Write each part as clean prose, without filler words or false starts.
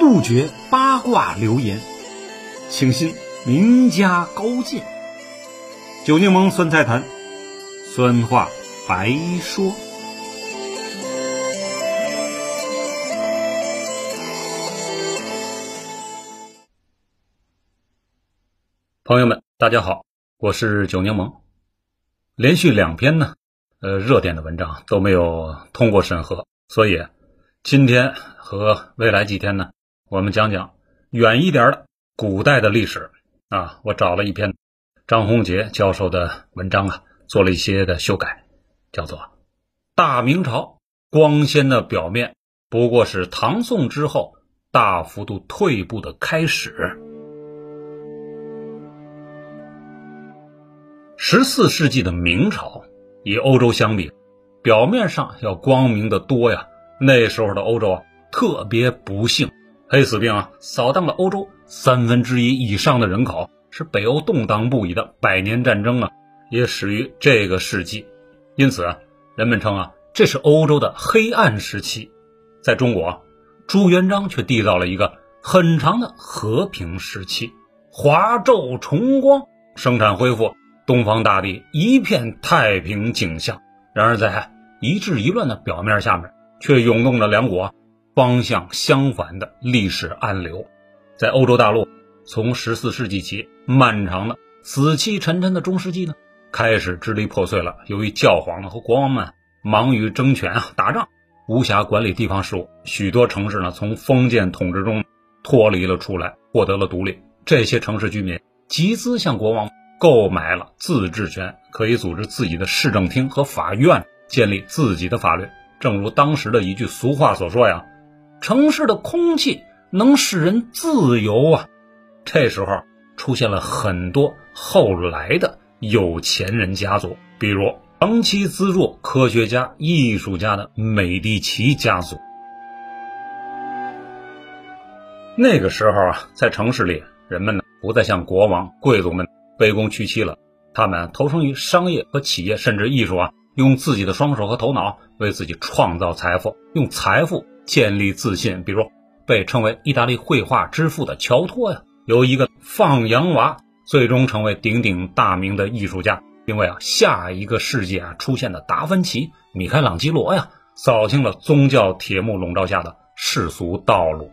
杜绝八卦流言，请信名家高见。酒柠檬酸菜坛，酸话白说。朋友们大家好，我是酒柠檬。连续2篇呢热点的文章都没有通过审核，所以今天和未来几天呢，我们讲讲远一点的古代的历史啊。我找了一篇张宏杰教授的文章啊，做了一些的修改，叫做大明朝光鲜的表面不过是唐宋之后大幅度退步的开始。14世纪的明朝与欧洲相比，表面上要光明的多呀。那时候的欧洲啊特别不幸，黑死病啊扫荡了欧洲1/3以上的人口，是北欧动荡不已的100年战争啊也始于这个世纪。因此啊，人们称啊这是欧洲的黑暗时期。在中国，朱元璋却缔造了一个很长的和平时期，华昼重光，生产恢复，东方大地一片太平景象。然而在一治一乱的表面下面，却涌动着两股方向相反的历史暗流。在欧洲大陆，从14世纪起，漫长的死气沉沉的中世纪呢，开始支离破碎了。由于教皇和国王们忙于争权打仗，无暇管理地方事务，许多城市呢从封建统治中脱离了出来，获得了独立。这些城市居民集资向国王购买了自治权，可以组织自己的市政厅和法院，建立自己的法律。正如当时的一句俗话所说呀，城市的空气能使人自由啊。这时候出现了很多后来的有钱人家族，比如长期资助科学家、艺术家的美第奇家族。那个时候啊，在城市里，人们呢不再像国王、贵族们卑躬屈膝了，他们投身于商业和企业，甚至艺术啊，用自己的双手和头脑为自己创造财富，用财富建立自信。比如被称为意大利绘画之父的乔托呀，有一个放羊娃，最终成为鼎鼎大名的艺术家，并为下一个世纪出现的达芬奇、米开朗基罗呀，扫清了宗教铁幕笼罩下的世俗道路。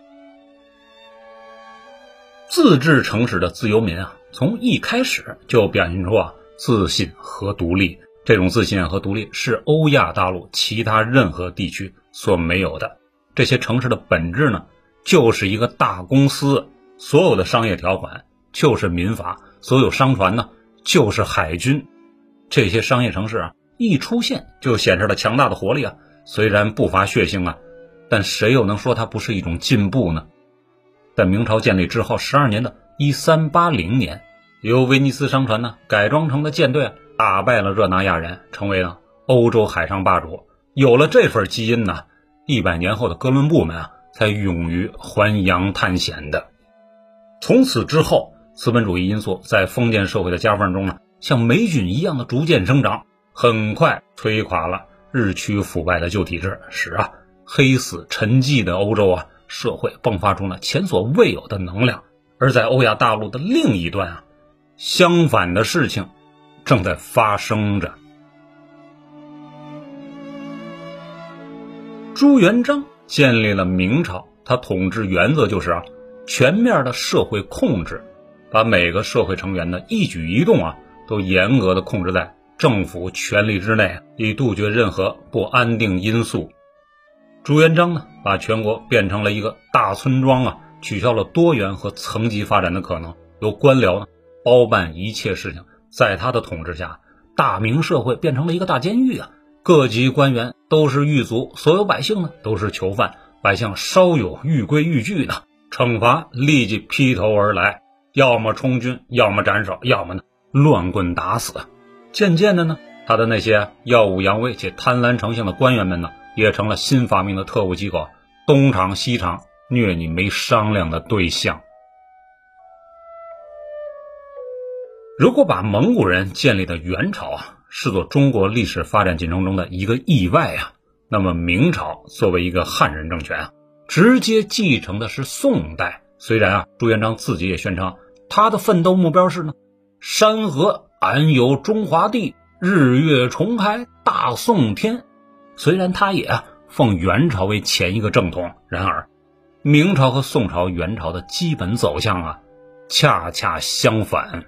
自治城市的自由民从一开始就表现出自信和独立。这种自信和独立是欧亚大陆其他任何地区所没有的。这些城市的本质呢，就是一个大公司，所有的商业条款就是民法，所有商船呢就是海军。这些商业城市一出现就显示了强大的活力虽然不乏血腥但谁又能说它不是一种进步呢？在明朝建立之后12年的1380年，由威尼斯商船呢改装成的舰队打败了热那亚人，成为了欧洲海上霸主。有了这份基因呢，100年后的哥伦布们才勇于环洋探险的。从此之后，资本主义因素在封建社会的夹缝中呢，像霉菌一样的逐渐生长，很快推垮了日趋腐败的旧体制，使黑死沉寂的欧洲社会迸发出了前所未有的能量。而在欧亚大陆的另一端相反的事情正在发生着。朱元璋建立了明朝，他统治原则就是全面的社会控制，把每个社会成员的一举一动都严格的控制在政府权力之内，以杜绝任何不安定因素。朱元璋呢，把全国变成了一个大村庄取消了多元和层级发展的可能，由官僚呢包办一切事情。在他的统治下，大明社会变成了一个大监狱各级官员都是狱卒，所有百姓呢都是囚犯，百姓稍有逾规逾矩的，惩罚立即劈头而来，要么充军，要么斩首，要么呢乱棍打死。渐渐的呢，他的那些耀武扬威且贪婪成性的官员们呢，也成了新发明的特务机构，东厂西厂虐你没商量的对象。如果把蒙古人建立的元朝视作中国历史发展进程中的一个意外那么明朝作为一个汉人政权直接继承的是宋代。虽然朱元璋自己也宣称他的奋斗目标是呢，山河安有中华地，日月重开大宋天。虽然他也奉元朝为前一个正统，然而明朝和宋朝、元朝的基本走向恰恰相反。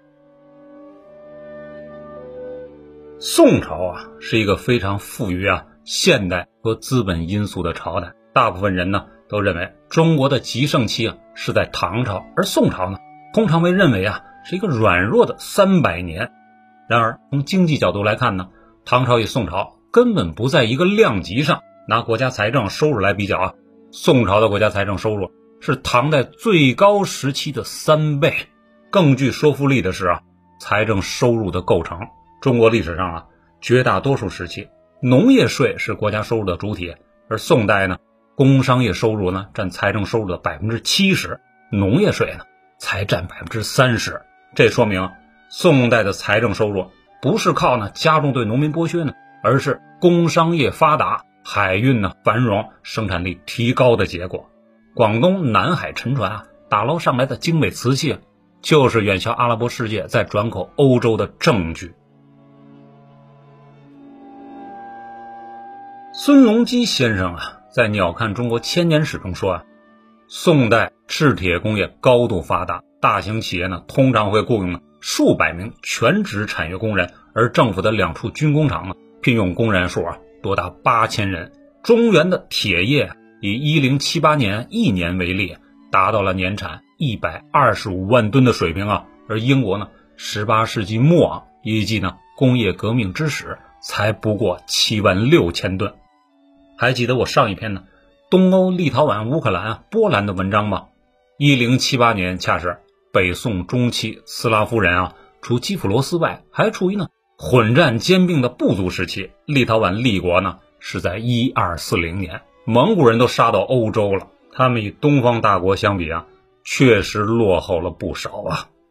宋朝是一个非常富于现代和资本因素的朝代，大部分人呢都认为中国的极盛期是在唐朝，而宋朝呢通常被认为是一个软弱的300年。然而从经济角度来看呢，唐朝与宋朝根本不在一个量级上。拿国家财政收入来比较宋朝的国家财政收入是唐代最高时期的3倍。更具说服力的是财政收入的构成。中国历史上绝大多数时期农业税是国家收入的主体，而宋代呢工商业收入呢占财政收入的 70%， 农业税呢才占 30%。 这说明宋代的财政收入不是靠加重对农民剥削呢，而是工商业发达，海运繁荣，生产力提高的结果。广东南海沉船打捞上来的精美瓷器，就是远销阿拉伯世界在转口欧洲的证据。孙隆基先生在《鸟瞰中国千年史》中说宋代制铁工业高度发达，大型企业呢通常会雇佣数百名全职产业工人，而政府的2处军工厂呢聘用工人数多达8000人。中原的铁业以1078年一年为例，达到了年产125万吨的水平而英国呢18世纪末以及呢工业革命之时才不过76000吨。还记得我上一篇呢东欧、立陶宛、乌克兰、波兰的文章吗？1078年恰是北宋中期斯拉夫人除基辅罗斯外还处于混战兼并的部族时期。立陶宛立国呢是在1240年，蒙古人都杀到欧洲了，他们与东方大国相比确实落后了不少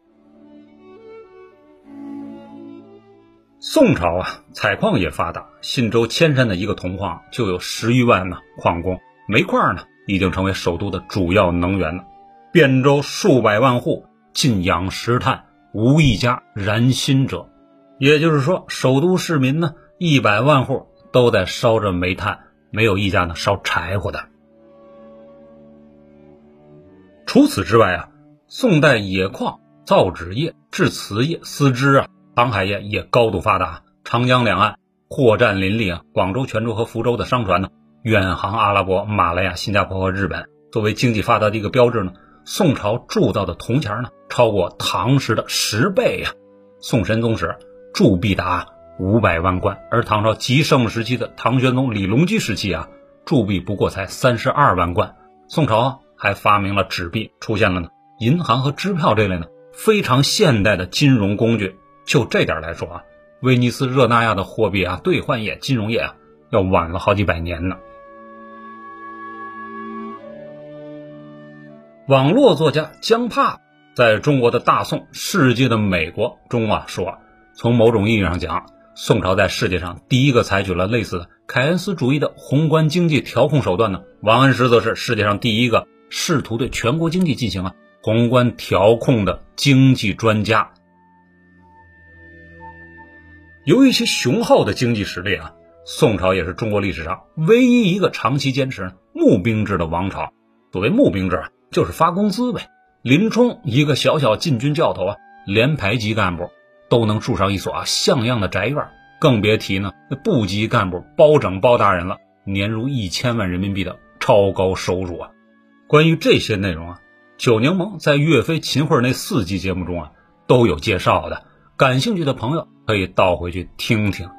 宋朝采矿业发达，信州千山的一个铜矿就有10余万矿工，煤块呢已经成为首都的主要能源了。汴州数百万户尽养石炭，无一家燃薪者。也就是说，首都市民呢100万户都在烧着煤炭，没有一家呢烧柴火的。除此之外宋代冶矿、造纸业、制瓷业、丝织航海业也高度发达。长江两岸货站林立广州、泉州和福州的商船呢远航阿拉伯、马来亚、新加坡和日本。作为经济发达的一个标志呢，宋朝铸造的铜钱呢超过唐时的10倍宋神宗时铸币达500万贯，而唐朝极盛时期的唐玄宗李隆基时期铸币不过才32万贯。宋朝还发明了纸币，出现了银行和支票这类非常现代的金融工具。就这点来说威尼斯、热那亚的货币兑换业、金融业要晚了好几百年呢。网络作家江帕在中国的大宋、世界的美国中说，从某种意义上讲，宋朝在世界上第一个采取了类似的凯恩斯主义的宏观经济调控手段呢。王安石则是世界上第一个试图对全国经济进行宏观调控的经济专家。由于其雄厚的经济实力宋朝也是中国历史上唯一一个长期坚持募兵制的王朝。所谓募兵制就是发工资呗。林冲一个小小禁军教头连排级干部都能住上一所像样的宅院，更别提呢部级干部包拯包大人了，年入1000万人民币的超高收入关于这些内容九柠檬在岳飞秦桧那4集节目中都有介绍的，感兴趣的朋友可以倒回去听听。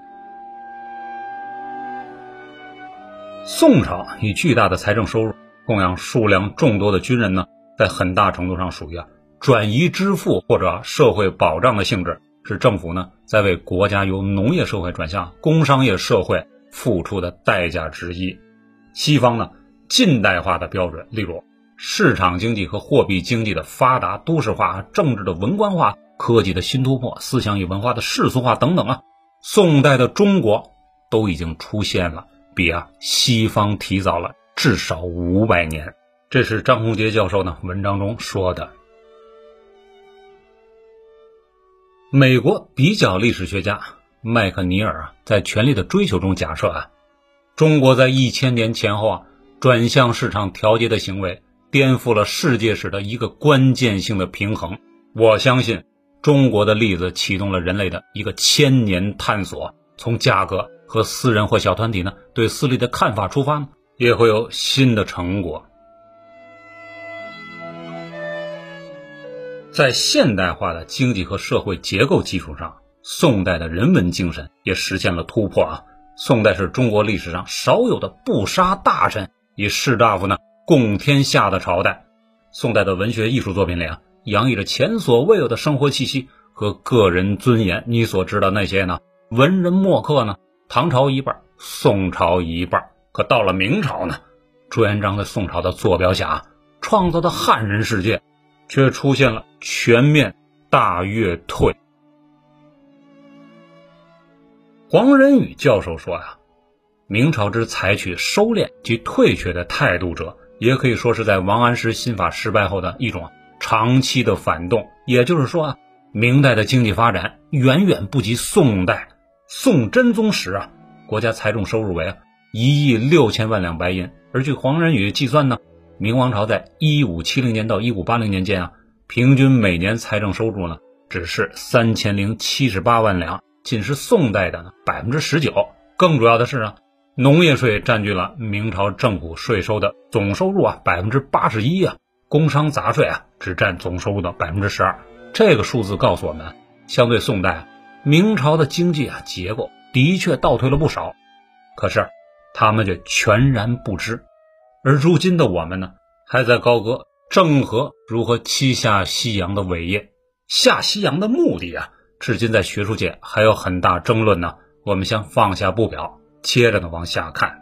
宋朝以巨大的财政收入供养数量众多的军人呢，在很大程度上属于转移支付或者社会保障的性质，是政府呢在为国家由农业社会转向工商业社会付出的代价之一。西方呢近代化的标准，例如市场经济和货币经济的发达、都市化、政治的文官化、科技的新突破、思想与文化的世俗化等等宋代的中国都已经出现了，比西方提早了至少500年。这是张宏杰教授呢文章中说的。美国比较历史学家麦克尼尔在《权力的追求》中假设中国在1000年前后转向市场调节的行为颠覆了世界史的一个关键性的平衡。我相信中国的例子启动了人类的一个1000年探索，从价格和私人或小团体呢对私利的看法出发呢，也会有新的成果。在现代化的经济和社会结构基础上，宋代的人文精神也实现了突破宋代是中国历史上少有的不杀大臣以士大夫呢共天下的朝代。宋代的文学艺术作品里洋溢着前所未有的生活气息和个人尊严。你所知道那些呢文人墨客呢，唐朝一半，宋朝一半。可到了明朝呢，朱元璋在宋朝的坐标下创造的汉人世界却出现了全面大跃退。黄仁宇教授说明朝之采取收敛及退却的态度者，也可以说是在王安石新法失败后的一种长期的反动。也就是说明代的经济发展远远不及宋代。宋真宗时国家财政收入为1.6亿两白银，而据黄仁宇计算呢，明王朝在1570年到1580年间平均每年财政收入呢只是3078万两，仅是宋代的19%。更主要的是农业税占据了明朝政府税收的总收入81%工商杂税只占总收入的12%。这个数字告诉我们，相对宋代，明朝的经济结构的确倒退了不少，可是他们却全然不知。而如今的我们呢，还在高歌郑和如何七下西洋的伟业。下西洋的目的至今在学术界还有很大争论呢。我们先放下不表，接着往下看。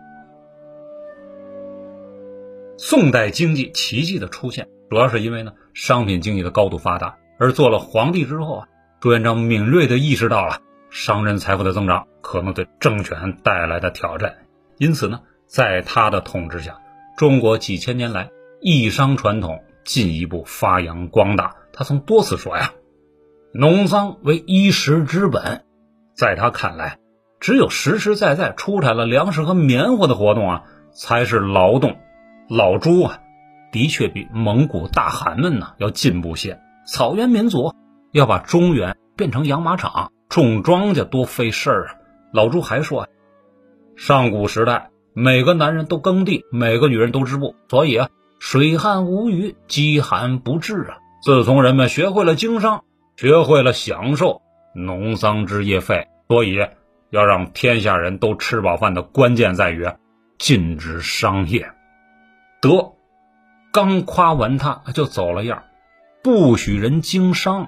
宋代经济奇迹的出现，主要是因为呢商品经济的高度发达，而做了皇帝之后朱元璋敏锐地意识到了商人财富的增长可能对政权带来的挑战。因此呢，在他的统治下，中国几千年来义商传统进一步发扬光大。他曾多次说农桑为衣食之本。在他看来，只有实实在在出产了粮食和棉花的活动才是劳动。老朱的确比蒙古大汗们呢要进步些。草原民族要把中原变成养马场，种庄稼多费事儿老朱还说上古时代每个男人都耕地，每个女人都织布，所以水旱无虞，饥寒不至自从人们学会了经商，学会了享受农桑之业费，所以要让天下人都吃饱饭的关键在于禁止商业。得，刚夸完他就走了样，不许人经商。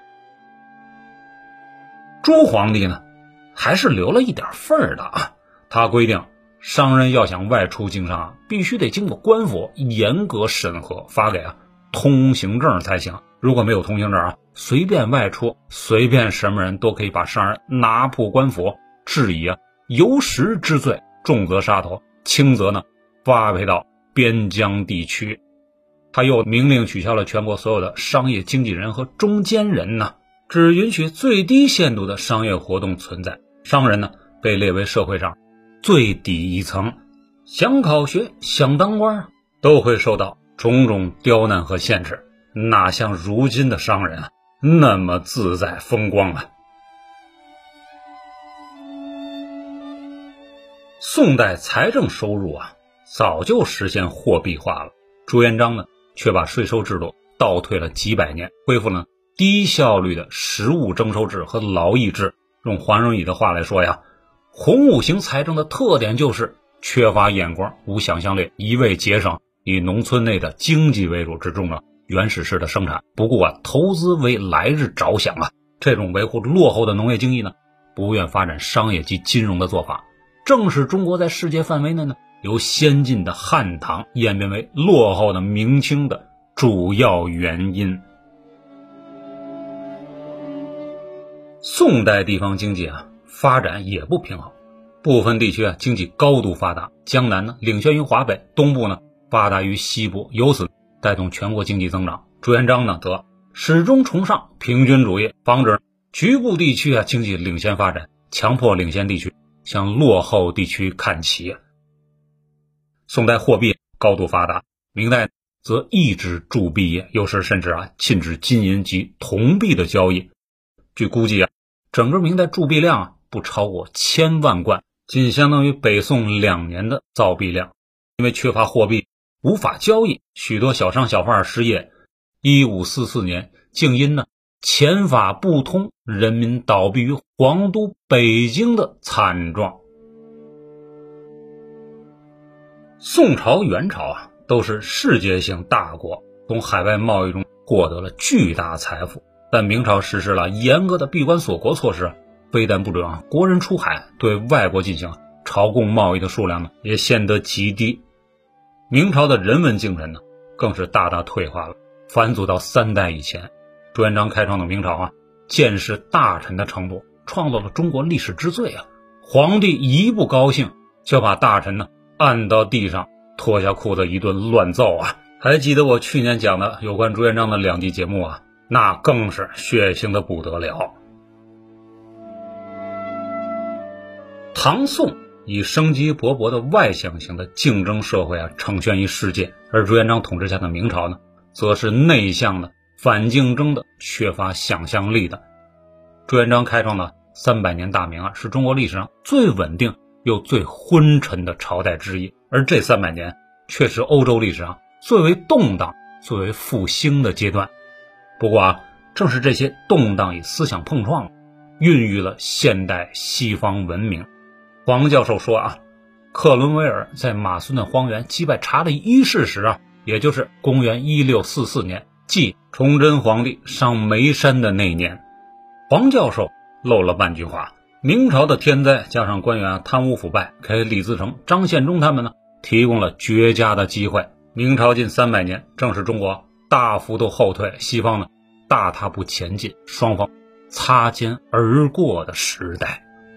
朱皇帝呢还是留了一点份儿的他规定商人要想外出经商必须得经过官府严格审核，发给通行证才行。如果没有通行证随便外出，随便什么人都可以把商人拿破官府，治以游食之罪，重则杀头，轻则呢发配到边疆地区。他又明令取消了全国所有的商业经纪人和中间人只允许最低限度的商业活动存在。商人呢被列为社会上最底层，想考学想当官都会受到种种刁难和限制，哪像如今的商人那么自在风光宋代财政收入早就实现货币化了，朱元璋呢却把税收制度倒退了几百年，恢复了低效率的实物征收制和劳役制。用黄仁宇的话来说洪武型财政的特点就是缺乏眼光，无想象力，一味节省，以农村内的经济为主，只重了原始式的生产，不顾投资为来日着想这种维护落后的农业经济呢，不愿发展商业及金融的做法，正是中国在世界范围内呢由先进的汉唐演变为落后的明清的主要原因。宋代地方经济发展也不平衡，部分地区经济高度发达，江南呢领先于华北，东部呢发达于西部，由此带动全国经济增长。朱元璋呢则始终崇尚平均主义，防止局部地区经济领先发展，强迫领先地区向落后地区看齐。宋代货币高度发达，明代则抑制铸币业，有时甚至禁止金银及铜币的交易。据估计整个明代铸币量不超过1000万贯，仅相当于北宋2年的造币量。因为缺乏货币无法交易，许多小商小贩失业。1544年竟因钱法不通，人民倒闭于皇都北京的惨状。宋朝、元朝都是世界性大国，从海外贸易中获得了巨大财富。但明朝实施了严格的闭关锁国措施，非但不准国人出海，对外国进行朝贡贸易的数量也限得极低。明朝的人文精神更是大大退化了，返祖到3代以前。朱元璋开创的明朝见识大臣的程度创造了中国历史之最皇帝一不高兴就把大臣按到地上，脱下裤子一顿乱揍还记得我去年讲的有关朱元璋的2集节目那更是血腥的不得了。唐宋以生机勃勃的外向型的竞争社会呈现于世界，而朱元璋统治下的明朝呢，则是内向的、反竞争的、缺乏想象力的。朱元璋开创的300年大明是中国历史上最稳定又最昏沉的朝代之一，而这300年却是欧洲历史上最为动荡、最为复兴的阶段。不过正是这些动荡与思想碰撞，孕育了现代西方文明。黄教授说克伦威尔在马孙的荒原击败查理一世时也就是公元1644年，即崇祯皇帝上眉山的那年。黄教授漏了半句话，明朝的天灾加上官员贪污腐败，给李自成、张献忠他们提供了绝佳的机会。明朝近300年正是中国大幅度后退，西方大踏步前进，双方擦肩而过的时代。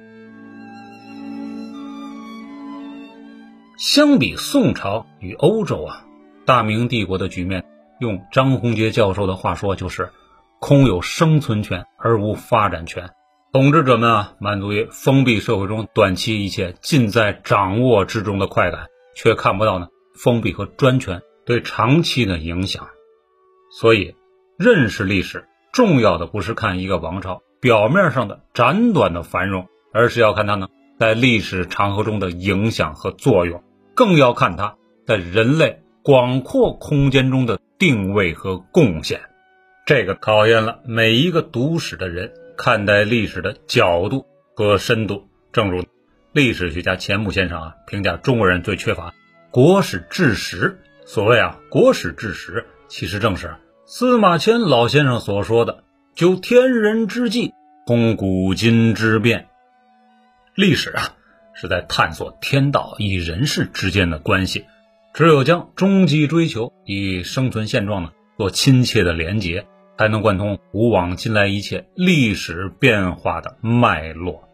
相比宋朝与欧洲大明帝国的局面，用张宏杰教授的话说，就是空有生存权而无发展权。统治者们满足于封闭社会中短期一切尽在掌握之中的快感，却看不到封闭和专权对长期的影响。所以认识历史，重要的不是看一个王朝表面上的斩短的繁荣，而是要看它在历史长河中的影响和作用，更要看它在人类广阔空间中的定位和贡献。这个考验了每一个读史的人看待历史的角度和深度。正如历史学家钱穆先生评价中国人最缺乏国史治实。所谓国史治实，其实正是司马迁老先生所说的究天人之际，通古今之变。历史是在探索天道与人世之间的关系，只有将终极追求与生存现状做亲切的连结，才能贯通古往今来一切历史变化的脉络。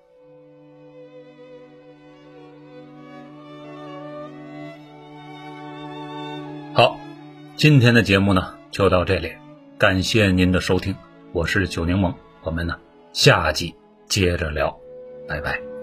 好，今天的节目就到这里，感谢您的收听，我是九柠檬，我们下集接着聊，拜拜。